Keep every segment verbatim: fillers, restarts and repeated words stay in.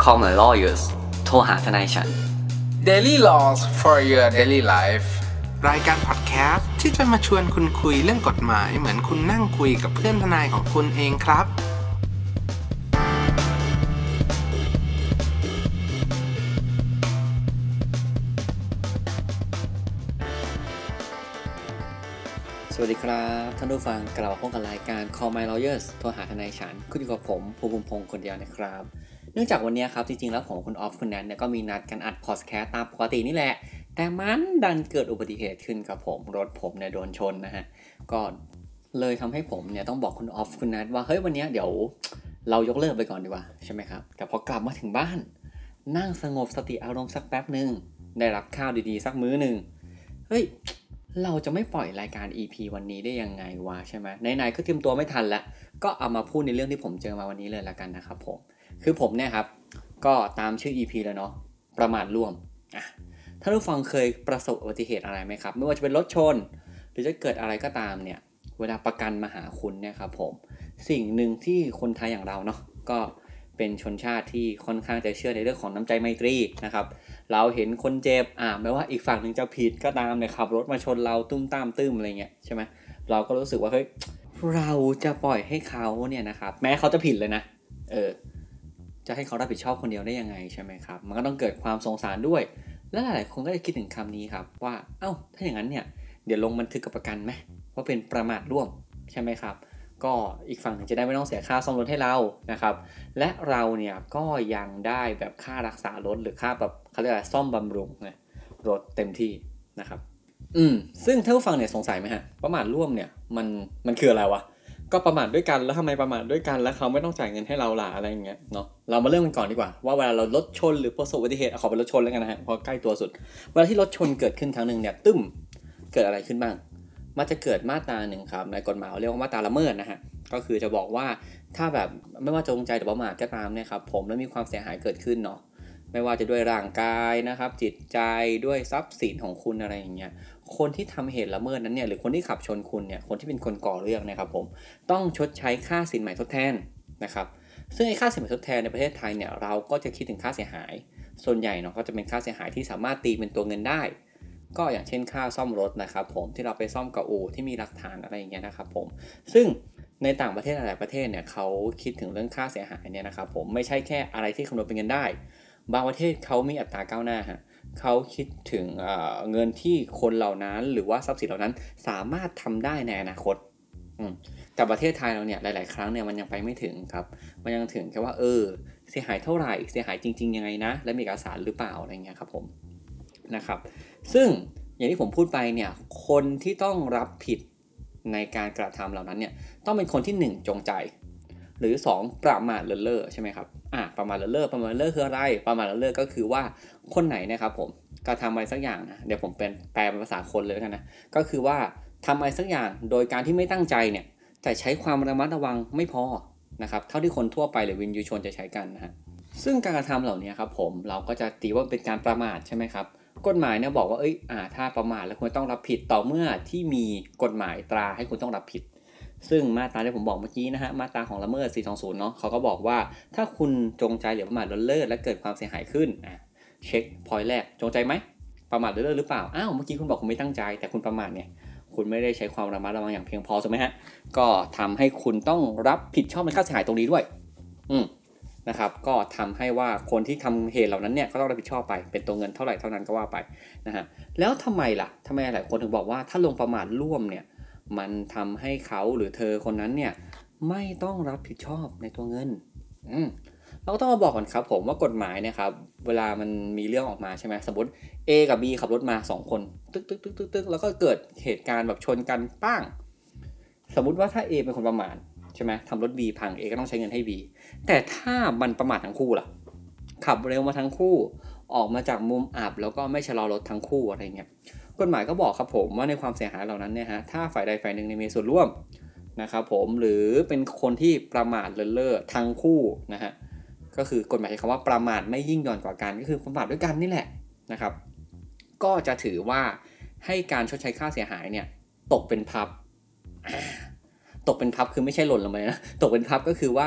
Call my lawyers โทรหาทนายฉัน Daily Laws for your daily life รายการพอดแคสต์ที่จะมาชวนคุณคุยเรื่องกฎหมายเหมือนคุณนั่งคุยกับเพื่อนทนายของคุณเองครับสวัสดีครับท่านผู้ฟังกลับมาพบกับรายการ Call my lawyers โทรหาทนายฉันคุณอยู่กับผมภูมิพงศ์คนเดียวนะครับเนื่องจากวันนี้ครับจริงๆแล้วผมคุณออฟคุณแนนเนี่ยก็มีนัดกันอัดพอดแคสต์ตามปกตินี่แหละแต่มันดันเกิดอุบัติเหตุขึ้นกับผมรถผมเนี่ยโดนชนนะฮะก็เลยทำให้ผมเนี่ยต้องบอกคุณออฟคุณแนนว่าเฮ้ยวันนี้เดี๋ยวเรายกเลิกไปก่อนดีกว่าใช่ไหมครับแต่พอกลับมาถึงบ้านนั่งสงบสติอารมณ์สักแป๊บนึงได้รับข้าวดีๆสักมื้อนึงเฮ้ยเราจะไม่ปล่อยรายการ อี พี วันนี้ได้ยังไงวะใช่ไหมไหนๆก็เตรียมตัวไม่ทันแล้วก็เอามาพูดในเรื่องที่ผมเจอมาวันนี้เลยละกันนะครับผมคือผมเนี่ยครับก็ตามชื่อ อี พี แล้วเนาะประมาทร่วมอ่ะท่านผู้ฟังเคยประสบอุบัติเหตุอะไรไหมครับไม่ว่าจะเป็นรถชนหรือจะเกิดอะไรก็ตามเนี่ยเวลาประกันมาหาคุณเนี่ยครับผมสิ่งหนึ่งที่คนไทยอย่างเราเนาะก็เป็นชนชาติที่ค่อนข้างจะเชื่อในเรื่องของน้ำใจไมตรีนะครับเราเห็นคนเจ็บอ่าไม่ว่าอีกฝั่งหนึ่งจะผิดก็ตามเนี่ยขับรถมาชนเราตุ้มตามตื้มอะไรเงี้ยใช่ไหมเราก็รู้สึกว่าเฮ้ยเราจะปล่อยให้เขาเนี่ยนะครับแม้เขาจะผิดเลยนะเออจะให้เขารับผิดชอบคนเดียวได้ยังไงใช่ไหมครับมันก็ต้องเกิดความสงสารด้วยและหลายๆคนก็จะคิดถึงคำนี้ครับว่าเอ้าถ้าอย่างนั้นเนี่ยเดี๋ยวลงบันทึกกับประกันไหมว่าเป็นประมาทร่วมใช่ไหมครับก็อีกฝั่งหนึ่งจะได้ไม่ต้องเสียค่าซ่อมรถให้เรานะครับและเราเนี่ยก็ยังได้แบบค่ารักษารถหรือค่าแบบเขาเรียกอะไรซ่อมบำรุงนะรถเต็มที่นะครับอืมซึ่งท่านผู้ฟังเนี่ยสงสัยไหมฮะประมาทร่วมเนี่ยมันมันคืออะไรวะก็ประมาทด้วยกันแล้วทำไมประมาทด้วยกันแล้วเขาไม่ต้องจ่ายเงินให้เราล่ะอะไรอย่างเงี้ยเนาะเรามาเริ่มกันก่อนดีกว่าว่าเวลาเรารถชนหรือประสบอุบัติเหตุขอเป็นรถชนแล้วกันนะฮะเพราะใกล้ตัวสุดเวลาที่รถชนเกิดขึ้นครั้งนึงเนี่ยตึ้มเกิดอะไรขึ้นบ้างมันจะเกิดมาตราหนึ่งครับในกฎหมายเรียกว่ามาตราละเมิดนะฮะก็คือจะบอกว่าถ้าแบบไม่ว่าจงใจหรือประมาทก็ตามเนี่ยครับผมแล้วมีความเสียหายเกิดขึ้นเนาะไม่ว่าจะด้วยร่างกายนะครับจิตใจด้วยทรัพย์สินของคุณอะไรอย่างเงี้ยคนที่ทำเหตุละเมิดนั้นเนี่ยหรือคนที่ขับชนคุณเนี่ยคนที่เป็นคนก่อเรื่องนะครับผมต้องชดใช้ค่าสินใหม่ทดแทนนะครับซึ่งไอ้ค่าสินใหม่ทดแทนในประเทศไทยเนี่ยเราก็จะคิดถึงค่าเสียหายส่วนใหญ่เนาะก็จะเป็นค่าเสียหายที่สามารถตีเป็นตัวเงินได้ก็อย่างเช่นค่าซ่อมรถนะครับผมที่เราไปซ่อมกับอู่ที่มีหลักฐานอะไรอย่างเงี้ยนะครับผมซึ่งในต่างประเทศหลายประเทศเนี่ยเขาคิดถึงเรื่องค่าเสียหายเนี่ยนะครับผมไม่ใช่แค่อะไรที่คำนวณเป็นเงินได้บางประเทศเขามีอัตราก้าวหน้าฮะเขาคิดถึง เอ่อ เงินที่คนเหล่านั้นหรือว่าทรัพย์สินเหล่านั้นสามารถทำได้ในอนาคตแต่ประเทศไทยเราเนี่ยหลายๆครั้งเนี่ยมันยังไปไม่ถึงครับมันยังถึงแค่ว่าเออเสียหายเท่าไหร่เสียหายจริงๆยังไงนะและมีเอกสารหรือเปล่าอะไรเงี้ยครับผมนะครับซึ่งอย่างที่ผมพูดไปเนี่ยคนที่ต้องรับผิดในการกระทำเหล่านั้นเนี่ยต้องเป็นคนที่หนึ่งจงใจหรือสองประมาทเลินเล่อใช่ไหมครับอ่ะประมาทเลินเล่อประมาทเลินเล่อคืออะไรประมาทเลินเล่อก็คือว่าคนไหนนะครับผมกระทำอะไรสักอย่างนะเดี๋ยวผมเป็นแปลเป็นภาษาคนเลยแล้วกันนะก็คือว่าทำอะไรสักอย่างโดยการที่ไม่ตั้งใจเนี่ยแต่ใช้ความระมัดระวังไม่พอนะครับเท่าที่คนทั่วไปหรือวินยูชนจะใช้กันนะฮะซึ่งการกระทำเหล่านี้ครับผมเราก็จะตีว่าเป็นการประมาทใช่ไหมครับกฎหมายเนี่ยบอกว่าเอ้ยอ่าถ้าประมาทแล้วคุณต้องรับผิดต่อเมื่อที่มีกฎหมายตราให้คุณต้องรับผิดซึ่งมาตราที่ผมบอกเมื่อกี้นะฮะมาตราของละเมิดสี่สองศูนย์เนาะเขาก็บอกว่าถ้าคุณจงใจหรือประมาทเลินเล่อและเกิดความเสียหายขึ้นอ่ะเช็คพอยต์แรกจงใจไหมประมาทเลินเล่อหรือเปล่าอ้าวเมื่อกี้คุณบอกคุณไม่ตั้งใจแต่คุณประมาทเนี่ยคุณไม่ได้ใช้ความระมัดระวังอย่างเพียงพอใช่ไหมฮะก็ทำให้คุณต้องรับผิดชอบในค่าเสียหายตรงนี้ด้วยอืมนะครับก็ทำให้ว่าคนที่ทำเหตุเหล่านั้นเนี่ยก็ต้องรับผิดชอบไปเป็นตัวเงินเท่าไหร่เท่านั้นก็ว่าไปนะฮะแล้วทำไมล่ะทำไมหลายคนถึงบอกว่าถ้าลงประมาทร่วมเนี่ยมันทำให้เขาหรือเธอคนนั้นเนี่ยไม่ต้องรับผิดชอบในตัวเงินอืมเราก็ต้องมาบอกก่อนครับผมว่ากฎหมายเนี่ยครับเวลามันมีเรื่องออกมาใช่ไหมสมมติ A กับ B ขับรถมาสองคนตึ๊กตึ๊กตึ๊กตึ๊กตึ๊กแล้วก็เกิดเหตุการณ์แบบชนกันป้างสมมุติว่าถ้า A เป็นคนประมาทใช่ไหมทำรถ B พัง A ก็ต้องใช้เงินให้ B แต่ถ้ามันประมาททั้งคู่ล่ะขับเร็วมาทั้งคู่ออกมาจากมุมอับแล้วก็ไม่ชะลอรถทั้งคู่อะไรเงี้ยกฎหมายก็บอกครับผมว่าในความเสียหายเหล่านั้นเนี่ยฮะถ้าฝ่ายใดฝ่ายหนึ่งมีส่วนร่วมนะครับผมหรือเป็นคนที่ประมาทเลินเล่อทั้งคู่นะฮะก็คือกฎหมายใช้คำว่าประมาทไม่ยิ่งหย่อนกว่ากันก็คือประมาทด้วยกันนี่แหละนะครับก็จะถือว่าให้การชดใช้ค่าเสียหายเนี่ยตกเป็นพับตกเป็นพับคือไม่ใช่หล่นลงไปนะตกเป็นพับก็คือว่า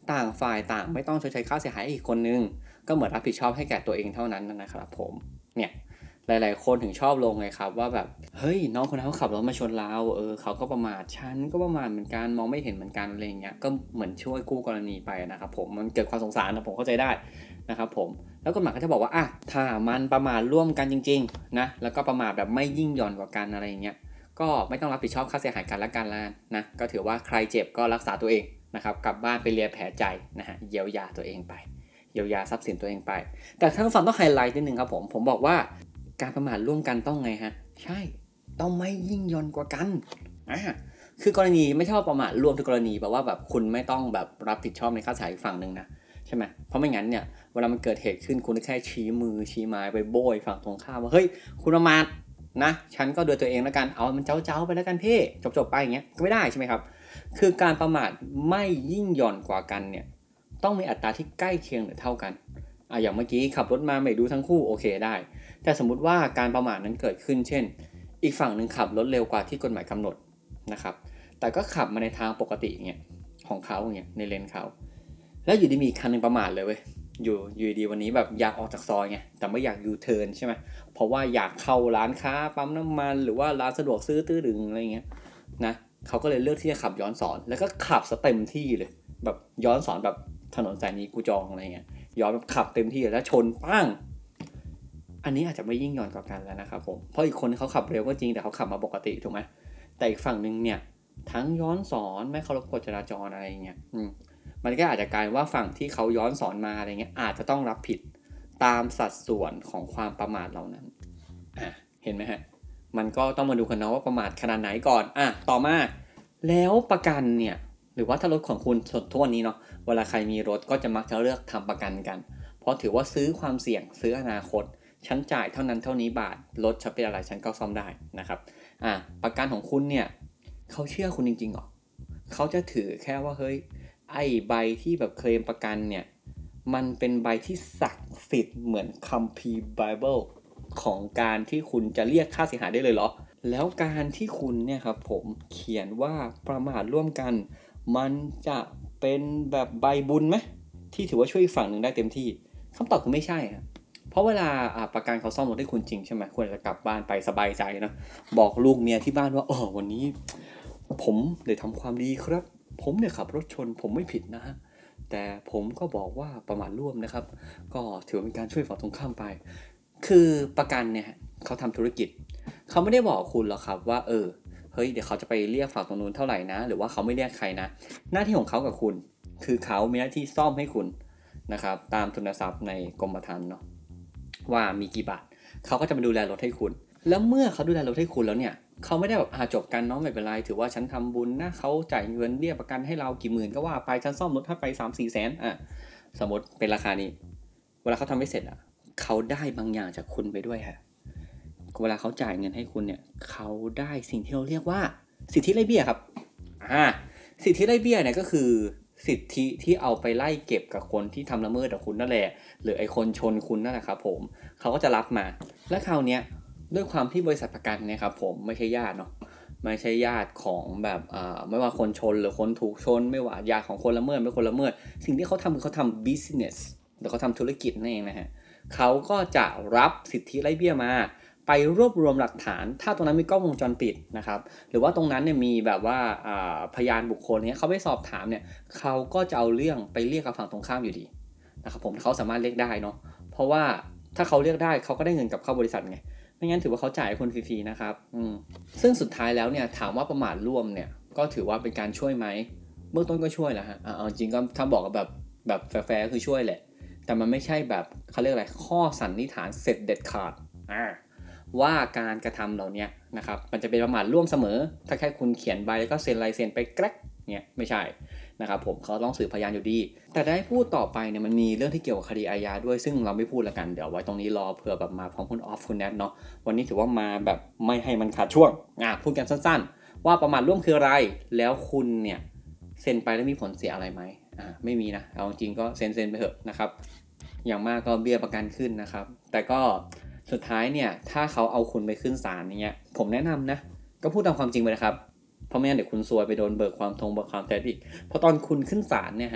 ต่างฝ่ายต่างไม่ต้องชดใช้ค่าเสียหายอีกคนนึงก็เหมือนรับผิดชอบให้แก่ตัวเองเท่านั้นนะครับผมเนี่ยหลายๆคนถึงชอบลงไงครับว่าแบบเฮ้ยน้องคนนั้นเขาขับรถมาชนเราเออเขาก็ประมาทฉันก็ประมาทเหมือนกันมองไม่เห็นเหมือนกันอะไรอย่างเงี้ยก็เหมือนช่วยกู้กรณีไปนะครับผมมันเกิดความสงสารนะผมเข้าใจได้นะครับผมแล้วกฎหมายก็จะบอกว่าอ่ะถ้ามันประมาทร่วมกันจริงๆนะแล้วก็ประมาทแบบไม่ยิ่งหย่อนกว่ากันอะไรอย่างเงี้ยก็ไม่ต้องรับผิดชอบค่าเสียหายกันและกันแล้วนะก็ถือว่าใครเจ็บก็รักษาตัวเองนะครับกลับบ้านไปเลียแผลใจนะฮะเยียวยาตัวเองไปเยียวยาทรัพย์สินตัวเองไปแต่ท่านผู้ฟังต้องไฮไลท์นิดนึงครับผมผมบอกว่าการประมาทร่วมกันต้องไงฮะใช่ต้องไม่ยิ่งย่อนกว่ากันอ่าคือกรณีไม่ใช่ว่าประมาทร่วมทุกกรณีแปลว่าแบบคุณไม่ต้องแบบรับผิดชอบในค่าเสียหายอีกฝั่งนึงนะใช่ไหมเพราะไม่งั้นเนี่ยเวลามันเกิดเหตุขึ้นคุณแค่ชี้มือชี้ไม้ไปโบยฝั่งตรงข้ามว่าเฮ้ยคุณประมาทนะฉันก็ดูตัวเองแล้วกันเอามันเจ้าๆไปแล้วกันพี่จบๆไปอย่างเงี้ยก็ไม่ได้ใช่ไหมครับคือการประมาทไม่ยิ่งหย่อนกว่ากันเนี่ยต้องมีอัตราที่ใกล้เคียงหรือเท่ากันอ่ะอย่างเมื่อกี้ขับรถมาไม่ดูทั้งคู่โอเคได้แต่สมมุติว่าการประมาทนั้นเกิดขึ้นเช่นอีกฝั่งนึงขับรถเร็วกว่าที่กฎหมายกำหนดนะครับแต่ก็ขับมาในทางปกติเงี้ยของเขาเงี้ยในเลนเขาแล้วอยู่ดีมีคันนึงประมาทเลยเว้ยอยู่อยู่ดีวันนี้แบบอยากออกจากซอยไงแต่ไม่อยากยูเทิร์นใช่ไหมเพราะว่าอยากเข้าร้านค้าปั๊มน้ำมันหรือว่าร้านสะดวกซื้อตื้อดึงอะไรเงี้ยนะเขาก็เลยเลือกที่จะขับย้อนสอนแล้วก็ขับซะเต็มที่เลยแบบย้อนสอนแบบถนนสายนี้กูจองอะไรเงี้ยย้อนแบบขับเต็มที่แล้วชนปั้งอันนี้อาจจะไม่ยิ่งย่อนกว่ากันแล้วนะครับผมเพราะอีกคนเขาขับเร็วก็จริงแต่เขาขับมาปกติถูกไหมแต่อีกฝั่งนึงเนี่ยทั้งย้อนสอนไม่เคารพกฎจราจรอะไรเงี้ยอืมมันก็อาจจะกลายว่าฝั่งที่เขาย้อนสอนมาอะไรเงี้ยอาจจะต้องรับผิดตามสัดส่วนของความประมาทเหล่านั้นอ่ะเห็นไหมฮะมันก็ต้องมาดูกันนะว่าประมาทขนาดไหนก่อนอ่ะต่อมาแล้วประกันเนี่ยหรือว่าถ้ารถของคุณทุกวันนี้เนาะเวลาใครมีรถก็จะมักจะเลือกทำประกันกันเพราะถือว่าซื้อความเสี่ยงซื้ออนาคตฉันจ่ายเท่านั้นเท่านี้บาทรถฉันเป็นอะไรฉันก็ซ่อมได้นะครับอ่ะประกันของคุณเนี่ยเขาเชื่อคุณจริงๆหรอเขาจะถือแค่ว่าเฮ้ยไอ้ใบที่แบบเคลมประกันเนี่ยมันเป็นใบที่ศักดิ์สิทธิ์เหมือนคัมภีร์ไบเบิลของการที่คุณจะเรียกค่าเสียหายได้เลยเหรอแล้วการที่คุณเนี่ยครับผมเขียนว่าประมาทร่วมกันมันจะเป็นแบบใบบุญไหมที่ถือว่าช่วยอีกฝั่งหนึ่งได้เต็มที่คำตอบคือไม่ใช่ครับเพราะเวลาประกันเขาซ่อมรถให้คุณจริงใช่ไหมควรจะกลับบ้านไปสบายใจนะบอกลูกเมียที่บ้านว่าเออวันนี้ผมได้ทำความดีครับผมเนี่ยขับรถชนผมไม่ผิดนะฮะแต่ผมก็บอกว่าประมาทร่วมนะครับก็ถือเป็นการช่วยฝั่งตรงข้ามไปคือประกันเนี่ยเขาทำธุรกิจเขาไม่ได้บอกคุณหรอกครับว่าเออเฮ้ยเดี๋ยวเขาจะไปเรียกฝั่งตรงนู้นเท่าไหร่นะหรือว่าเขาไม่เรียกใครนะหน้าที่ของเขากับคุณคือเขามีหน้าที่ซ่อมให้คุณนะครับตามทุนทรัพย์ในกรมธรรม์เนาะว่ามีกี่บาทเขาก็จะมาดูแลรถให้คุณแล้วเมื่อเขาดูแลรถให้คุณแล้วเนี่ยเขาไม่ได้แบบอาจบกันเนาะไม่เป็นไรถือว่าฉันทำบุญนะเขาจ่ายเงินเรียกประกันให้เรากี่หมื่นก็ว่าไปฉันซ่อมรถถ้าไป สามสี่ แสนอ่ะสมมติเป็นราคานี้เวลาเขาทำไม่เสร็จอ่ะเขาได้บางอย่างจากคุณไปด้วยฮะเวลาเขาจ่ายเงินให้คุณเนี่ยเขาได้สิ่งที่เราเรียกว่าสิทธิไล่เบี้ยครับอ่าสิทธิไล่เบี้ยเนี่ยก็คือสิทธิที่เอาไปไล่เก็บกับคนที่ทำละเมิดกับคุณนั่นแหละหรือไอ้คนชนคุณนั่นแหละครับผมเขาก็จะรับมาและคราวเนี้ยด้วยความที่บริษัทประกันเนี่ยครับผมไม่ใช่ญาติเนาะไม่ใช่ญาติของแบบอ่าไม่ว่าคนชนหรือคนถูกชนไม่ว่าญาติของคนละเมิดไม่คนละเมิดสิ่งที่เขาทำคือเขาทำ business หรือเขาทำธุรกิจนั่นเองนะฮะเขาก็จะรับสิทธิไล่เบี้ยมาไปรวบรวมหลักฐานถ้าตรงนั้นมีกล้องวงจรปิดนะครับหรือว่าตรงนั้นเนี่ยมีแบบว่าพยานบุคคลเนี้ยเขาไปสอบถามเนี่ยเขาก็จะเอาเรื่องไปเรียกกับฝั่งตรงข้ามอยู่ดีนะครับผมเขาสามารถเรียกได้เนาะเพราะว่าถ้าเขาเรียกได้เขาก็ได้เงินกับเข้าบริษัทไงไม่งั้นถือว่าเขาจ่ายคนฟรีๆนะครับอืมซึ่งสุดท้ายแล้วเนี่ยถามว่าประมาทร่วมเนี่ยก็ถือว่าเป็นการช่วยไหมเบื้องต้นก็ช่วยแหละฮะเอาจริงก็ถ้าบอกแบบแบบแฟร์ๆคือช่วยแหละแต่มันไม่ใช่แบบเขาเรียกอะไรข้อสันนิษฐานเสร็จเด็ดขาดอ่าว่าการกระทำเหล่านี้นะครับมันจะเป็นประมาทร่วมเสมอถ้าแค่คุณเขียนใบแล้วก็เซ็นลายเซ็นไปแกรกเนี่ยไม่ใช่นะครับผมเขาต้องสืบพยานอยู่ดีแต่ได้พูดต่อไปเนี่ยมันมีเรื่องที่เกี่ยวกับคดีอาญาด้วยซึ่งเราไม่พูดละกันเดี๋ยวไว้ตรงนี้รอเผื่อแบบมาพร้อมคุณออฟคุณแนทเนาะวันนี้ถือว่ามาแบบไม่ให้มันขาดช่วงอ่ะพูดกันสั้นๆว่าประมาทร่วมคืออะไรแล้วคุณเนี่ยเซ็นไปแล้วมีผลเสียอะไรไหมอ่าไม่มีนะเอาจริงก็เซ็นเซ็นไปเถอะนะครับอย่างมากก็เบี้ยประกันขึ้นนะครับแต่ก็สุดท้ายเนี่ยถ้าเขาเอาคุณไปขึ้นศาลเนี่ยผมแนะนำนะก็พูดตามความจริงไปนะครับเพราะไม่งั้นเดี๋ยวคุณซวยไปโดนเบิกความทงเบิกความเท็จอีกเพราะตอนคุณขึ้นศาลเนี่ยฮะ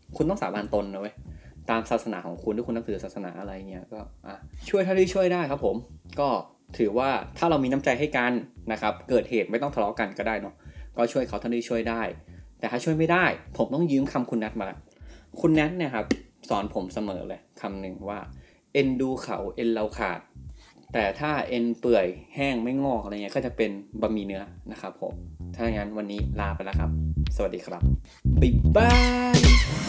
คุณต้องสาบานตนนะเว้ยตามศาสนาของคุณที่คุณนับถือศาสนาอะไรเงี้ยก็อ่ะช่วยเท่าที่ช่วยได้ครับผมก็ถือว่าถ้าเรามีน้ำใจให้กันนะครับเกิดเหตุไม่ต้องทะเลาะกันก็ได้เนาะก็ช่วยเขาเท่าที่ช่วยได้แต่ถ้าช่วยไม่ได้ผมต้องยืมคำคุณนัทมาละคุณนัทเนี่ยครับสอนผมเสมอเลยคำหนึ่งว่าเอ็นดูเขาเอ็นเราขาดแต่ถ้าเอ็นเปื่อยแห้งไม่งอกอะไรเงี้ยก็จะเป็นบะหมี่เนื้อนะครับผมถ้าอย่างนั้นวันนี้ลาไปแล้วครับสวัสดีครับบ๊ายบาย